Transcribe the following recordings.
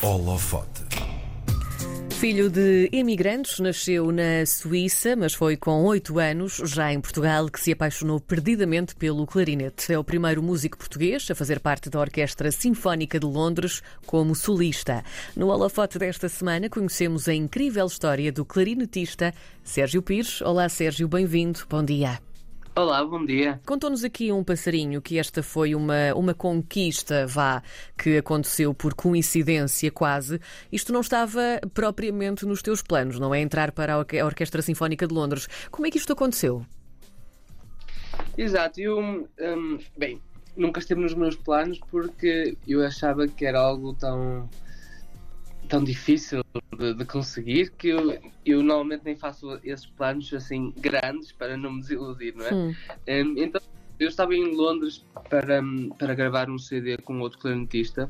Holofote. Filho de imigrantes, nasceu na Suíça, mas foi com 8 anos, já em Portugal, que se apaixonou perdidamente pelo clarinete. É o primeiro músico português a fazer parte da Orquestra Sinfónica de Londres como solista. No Holofote desta semana conhecemos a incrível história do clarinetista Sérgio Pires. Olá, Sérgio, bem-vindo. Bom dia. Olá, bom dia. Contou-nos aqui um passarinho que esta foi uma conquista, que aconteceu por coincidência quase. Isto não estava propriamente nos teus planos, não é? Entrar para a Orquestra Sinfónica de Londres. Como é que isto aconteceu? Exato, bem, nunca esteve nos meus planos porque eu achava que era algo tão difícil de conseguir que eu normalmente nem faço esses planos assim grandes para não me desiludir, não é? Então eu estava em Londres para gravar um CD com outro clarinetista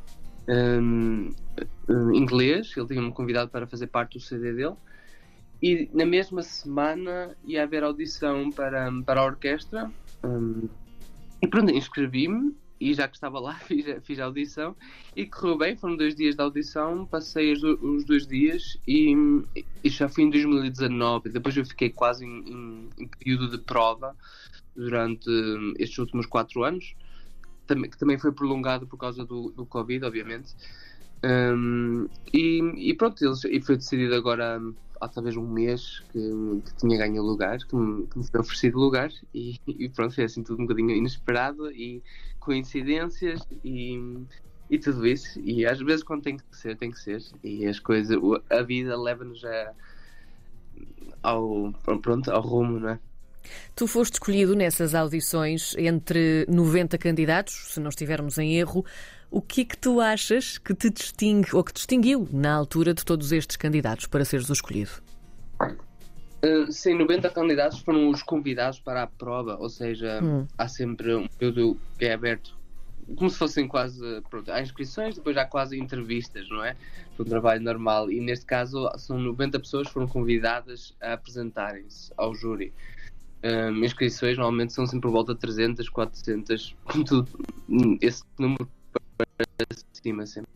inglês. Ele tinha-me convidado para fazer parte do CD dele e na mesma semana ia haver audição para a orquestra e pronto, inscrevi-me. E já que estava lá, fiz a audição e correu bem. Foram 2 dias de audição, passei os 2 dias e já fui em 2019. Depois eu fiquei quase em período de prova durante estes últimos 4 anos, que também foi prolongado por causa do Covid, obviamente. E pronto, e foi decidido agora há talvez um mês que tinha ganho lugar, que me foi oferecido lugar e pronto, foi assim tudo um bocadinho inesperado e coincidências e tudo isso. E às vezes quando tem que ser e as coisas, a vida leva-nos ao rumo, não é? Tu foste escolhido nessas audições entre 90 candidatos, se não estivermos em erro. O que é que tu achas que te distingue ou que distinguiu na altura de todos estes candidatos para seres o escolhido? Sim, 90 candidatos foram os convidados para a prova, ou seja, há sempre um período que é aberto, como se fossem quase, pronto, há inscrições, depois há quase entrevistas, não é? Para um trabalho normal. E neste caso são 90 pessoas que foram convidadas a apresentarem-se ao júri. Inscrições normalmente são sempre por volta de 300, 400, tudo, esse número para cima sempre.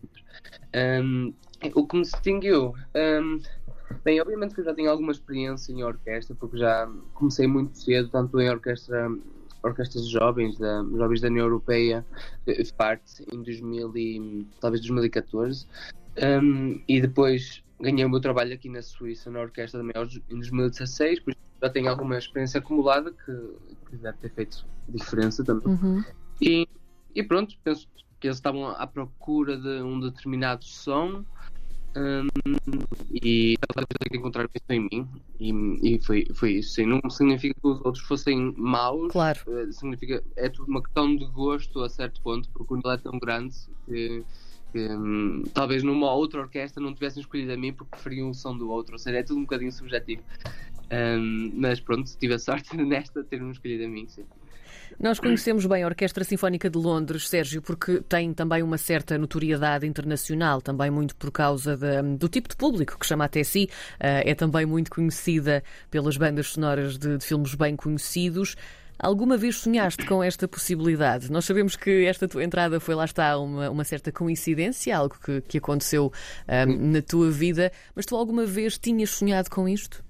O que me distinguiu, bem, obviamente que eu já tenho alguma experiência em orquestra, porque já comecei muito cedo, tanto em orquestras jovens da União Europeia, fiz parte em talvez 2014, e depois ganhei o meu trabalho aqui na Suíça, na orquestra também em 2016, por isso já tenho alguma experiência acumulada que deve ter feito diferença também. E pronto, penso que eles estavam à procura de um determinado som e talvez que encontraram isso em mim e foi isso. Sim, não significa que os outros fossem maus, claro. Significa é tudo uma questão de gosto a certo ponto, porque o nível é tão grande que talvez numa outra orquestra não tivessem escolhido a mim porque preferiam o som do outro, ou seja, é tudo um bocadinho subjetivo. Mas pronto, tive a sorte nesta de ter-me escolhido a mim, sim. Nós conhecemos bem a Orquestra Sinfónica de Londres, Sérgio, porque tem também uma certa notoriedade internacional, também muito por causa do tipo de público que chama até si. É também muito conhecida pelas bandas sonoras de filmes bem conhecidos. Alguma vez sonhaste com esta possibilidade? Nós sabemos que esta tua entrada foi, lá está, uma certa coincidência, algo que aconteceu na tua vida, mas tu alguma vez tinhas sonhado com isto?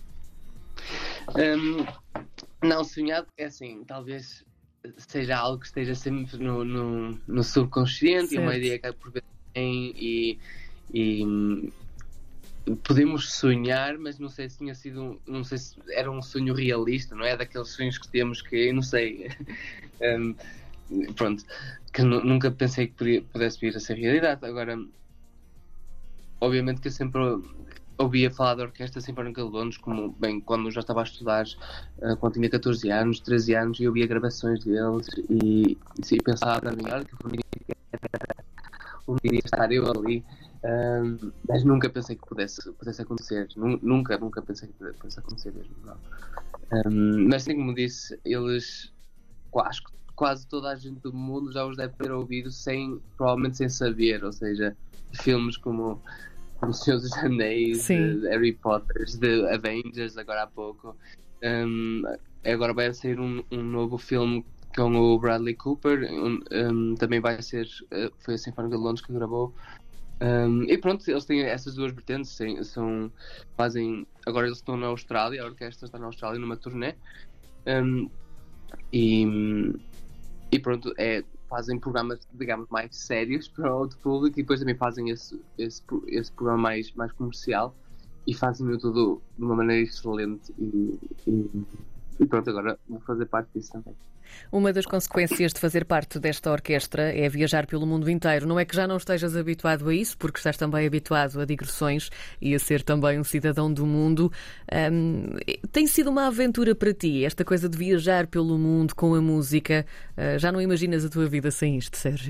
Não, sonhado é assim, talvez seja algo que esteja sempre no subconsciente, certo. E uma ideia que por vezes tem e podemos sonhar, mas não sei se tinha sido, não sei se era um sonho realista, não é? Daqueles sonhos que temos que, eu não sei, pronto, que nunca pensei que pudesse vir a ser realidade. Agora, obviamente que eu sempre ouvia falar da Orquestra Sinfónica de Londres, como, bem, quando eu já estava a estudar, quando tinha 14 anos, 13 anos, e eu ouvia gravações deles e pensava na minha hora que um dia estar eu ali, mas nunca pensei que pudesse acontecer, nunca pensei que pudesse acontecer mesmo, não. Mas assim como disse, eles, acho que quase toda a gente do mundo já os deve ter ouvido provavelmente sem saber, ou seja, filmes como O Senhor dos Anéis, de Harry Potter, de Avengers, agora há pouco. Agora vai sair um novo filme com o Bradley Cooper, também vai ser, foi a Sinfónica de Londres que gravou, E pronto, eles têm essas duas vertentes, agora eles estão na Austrália, a orquestra está na Austrália numa turnê, um, e, e pronto, fazem programas, digamos, mais sérios para outro público, e depois também fazem esse programa mais comercial, e fazem-no tudo de uma maneira excelente, e pronto, agora vou fazer parte disso também. Uma das consequências de fazer parte desta orquestra é viajar pelo mundo inteiro. Não é que já não estejas habituado a isso, porque estás também habituado a digressões e a ser também um cidadão do mundo. Tem sido uma aventura para ti, esta coisa de viajar pelo mundo com a música. Já não imaginas a tua vida sem isto, Sérgio?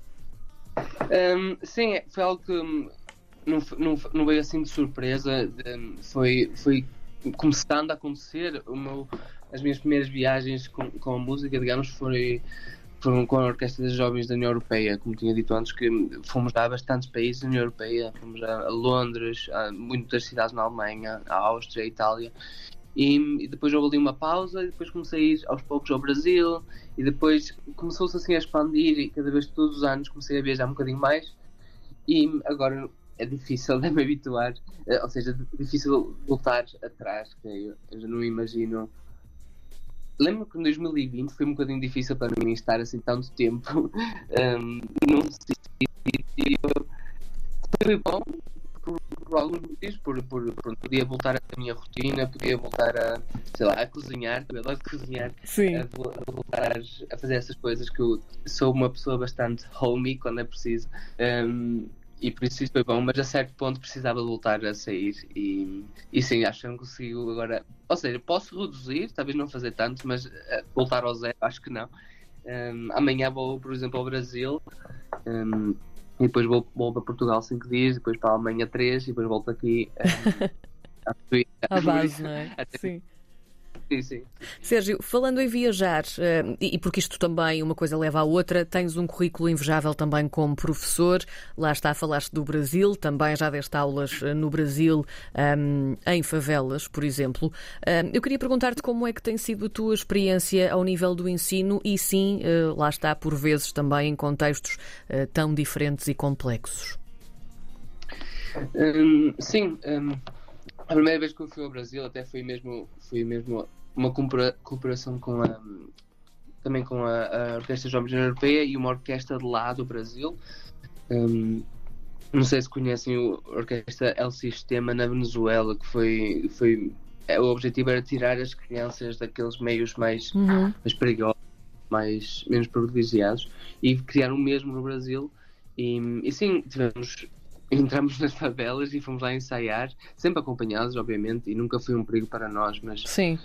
Sim, foi algo que não veio assim de surpresa. Foi começando a acontecer. As minhas primeiras viagens com a música, digamos, foram com a Orquestra das Jovens da União Europeia. Como tinha dito antes, que fomos a bastantes países da União Europeia, fomos a Londres, a muitas cidades na Alemanha, a Áustria, a Itália, e depois houve ali uma pausa, e depois comecei a ir aos poucos ao Brasil, e depois começou-se assim a expandir, e cada vez, todos os anos, comecei a viajar um bocadinho mais, e agora é difícil de me habituar, ou seja, difícil voltar atrás, que eu já não imagino. Lembro que em 2020 foi um bocadinho difícil para mim estar assim tanto tempo num sítio. Foi bom por alguns motivos, podia voltar à minha rotina, podia voltar a cozinhar, eu adoro cozinhar. Sim. A voltar a fazer essas coisas, que eu sou uma pessoa bastante homey quando é preciso. E por isso foi bom, mas a certo ponto precisava de voltar a sair, e sim, acho que não consigo agora, ou seja, posso reduzir, talvez não fazer tanto, mas voltar ao zero, acho que não. Amanhã vou, por exemplo, ao Brasil, e depois vou para Portugal 5 dias, depois para a Alemanha 3, e depois volto aqui à base, não é? Sim. Sim. Sérgio, falando em viajar, e porque isto também, uma coisa leva à outra, tens um currículo invejável também como professor. Lá está, falaste do Brasil, também já deste aulas no Brasil, em favelas, por exemplo. Eu queria perguntar-te como é que tem sido a tua experiência ao nível do ensino e sim, lá está, por vezes também em contextos tão diferentes e complexos. Sim. A primeira vez que eu fui ao Brasil até foi mesmo uma cooperação também com a Orquestra Jovens da União Europeia e uma orquestra de lá do Brasil. Não sei se conhecem a Orquestra El Sistema na Venezuela, que o objetivo era tirar as crianças daqueles meios mais perigosos, menos privilegiados, e criar o mesmo no Brasil. E sim, entramos nas favelas e fomos lá ensaiar, sempre acompanhados, obviamente, e nunca foi um perigo para nós, mas sim.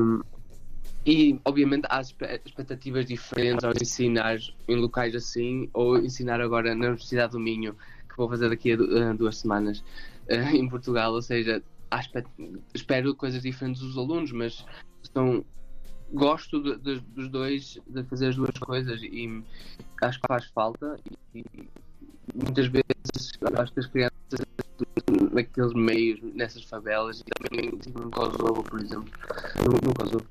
E obviamente há expectativas diferentes ao ensinar em locais assim, ou ensinar agora na Universidade do Minho, que vou fazer daqui a 2 semanas em Portugal. Ou seja, espero coisas diferentes dos alunos, mas gosto dos dois, de fazer as duas coisas, e acho que faz falta. E muitas vezes acho que as crianças naqueles meios, nessas favelas, e também no Kosovo, por exemplo, no Kosovo,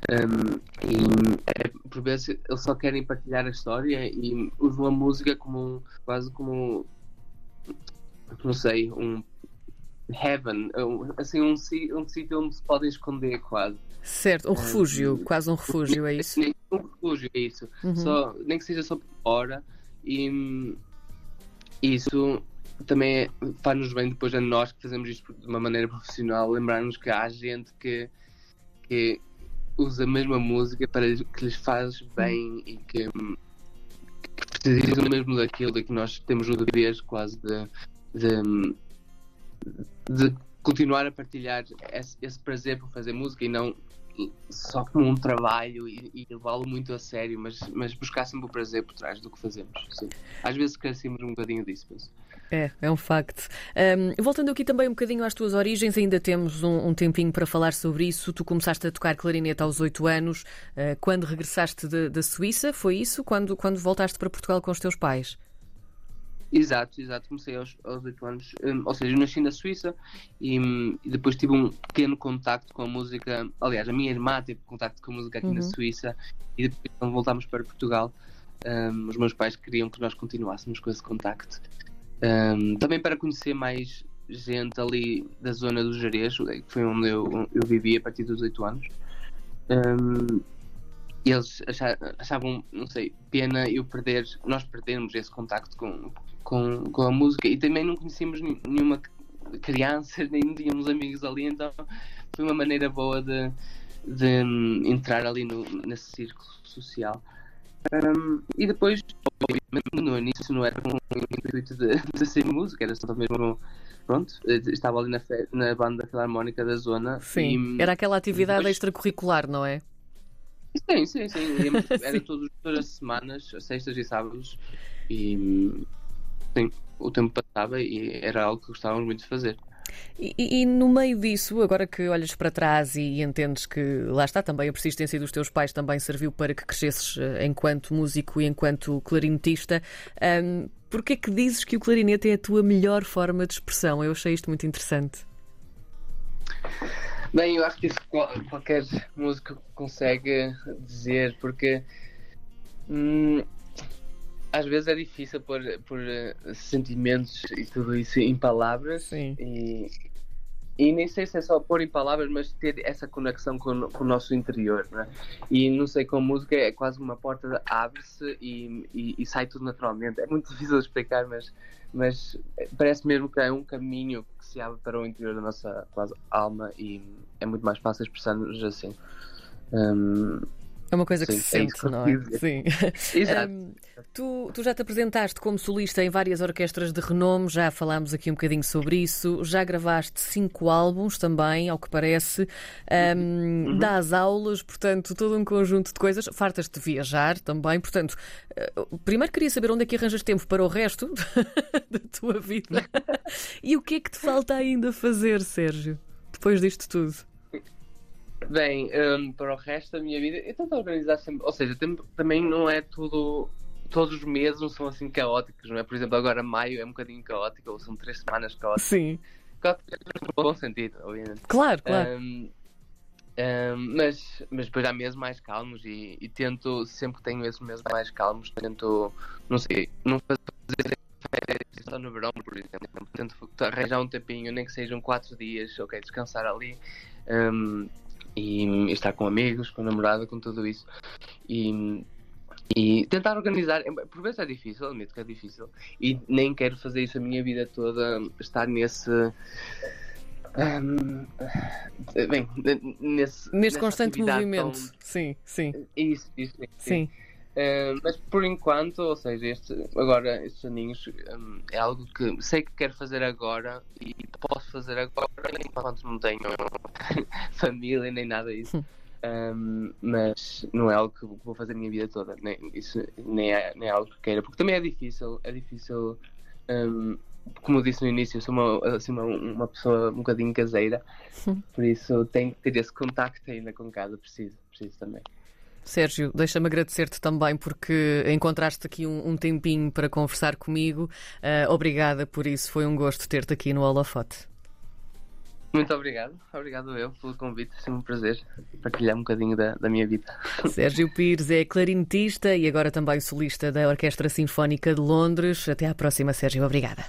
por vezes eles só querem partilhar a história e usam a música quase como, não sei, um heaven, assim, um sítio onde se podem esconder, quase. Certo, um refúgio, quase um refúgio, é isso? Um refúgio, é isso. Nem que seja só por hora, e isso também faz-nos bem depois a nós que fazemos isto de uma maneira profissional, lembrar-nos que há gente que usa a mesma música que lhes faz bem e que precisam mesmo daquilo, de que nós temos o dever quase de continuar a partilhar esse prazer por fazer música, e não só como um trabalho e levá-lo muito a sério, mas buscar sempre o prazer por trás do que fazemos. Sim. Às vezes carecemos um bocadinho disso, penso. É um facto. Voltando aqui também um bocadinho às tuas origens, ainda temos um tempinho para falar sobre isso. Tu começaste a tocar clarinete aos 8 anos, quando regressaste da Suíça, foi isso? Quando voltaste para Portugal com os teus pais? Exato. Comecei aos 8 anos, ou seja, eu nasci na Suíça e depois tive um pequeno contacto com a música. Aliás, a minha irmã teve contacto com a música aqui na Suíça, e depois, quando voltámos para Portugal, os meus pais queriam que nós continuássemos com esse contacto. Também para conhecer mais gente ali da zona do Gerês, que foi onde eu vivi a partir dos 8 anos. Eles achavam, não sei, pena nós perdermos esse contacto com a música, e também não conhecíamos nenhuma criança, nem tínhamos amigos ali, então foi uma maneira boa de entrar ali nesse círculo social. E depois, no início, não era com o intuito de ser música, era só mesmo, pronto, estava ali na banda filarmónica da zona. Sim, era aquela atividade depois... extracurricular, não é? Sim. Era todas as semanas, sextas e sábados, e sim, o tempo passava e era algo que gostávamos muito de fazer. E no meio disso, agora que olhas para trás e entendes que, lá está, também a persistência dos teus pais também serviu para que crescesses enquanto músico e enquanto clarinetista, porquê é que dizes que o clarinete é a tua melhor forma de expressão? Eu achei isto muito interessante. Bem, eu acho que isso qualquer músico consegue dizer, porque às vezes é difícil pôr sentimentos e tudo isso em palavras. Sim. E nem sei se é só pôr em palavras, mas ter essa conexão com o nosso interior, não é? E não sei, com a música é quase uma porta, abre-se e sai tudo naturalmente. É muito difícil de explicar, mas parece mesmo que é um caminho que se abre para o interior da nossa quase alma, e é muito mais fácil expressar-nos assim. É uma coisa que sim, se sente, não é? Sim. Exato. Tu já te apresentaste como solista em várias orquestras de renome, já falámos aqui um bocadinho sobre isso, já gravaste 5 álbuns também, ao que parece, dás aulas, portanto, todo um conjunto de coisas, fartas-te de viajar também, portanto, primeiro queria saber onde é que arranjas tempo para o resto da tua vida e o que é que te falta ainda fazer, Sérgio, depois disto tudo? Bem, para o resto da minha vida, eu tento organizar sempre, ou seja, também não é tudo, todos os meses não são assim caóticos, não é? Por exemplo, agora maio é um bocadinho caótico, ou são 3 semanas caóticas. Sim. Caóticas no bom sentido, obviamente. Claro. Mas depois há meses mais calmos e tento, sempre que tenho esses meses mais calmos, tento, não sei, não fazer férias só no verão, por exemplo. Tento arranjar um tempinho, nem que sejam 4 dias, ok, descansar ali. E estar com amigos, com a namorada, com tudo isso, e tentar organizar. Por vezes é difícil, admito que é difícil, e nem quero fazer isso a minha vida toda, estar nesse constante movimento. Tão... Sim. Isso. Sim. Mas por enquanto, ou seja, estes aninhos, é algo que sei que quero fazer agora e posso fazer agora enquanto não tenho família nem nada disso. Mas não é algo que vou fazer a minha vida toda, nem é algo que queira, porque também é difícil, como eu disse no início, eu sou uma pessoa um bocadinho caseira, por isso tenho que ter esse contacto ainda com casa, preciso também. Sérgio, deixa-me agradecer-te também porque encontraste aqui um tempinho para conversar comigo. Obrigada por isso, foi um gosto ter-te aqui no Holofote. Muito obrigado eu pelo convite, é um prazer partilhar um bocadinho da minha vida. Sérgio Pires é clarinetista e agora também solista da Orquestra Sinfónica de Londres. Até à próxima, Sérgio, obrigada.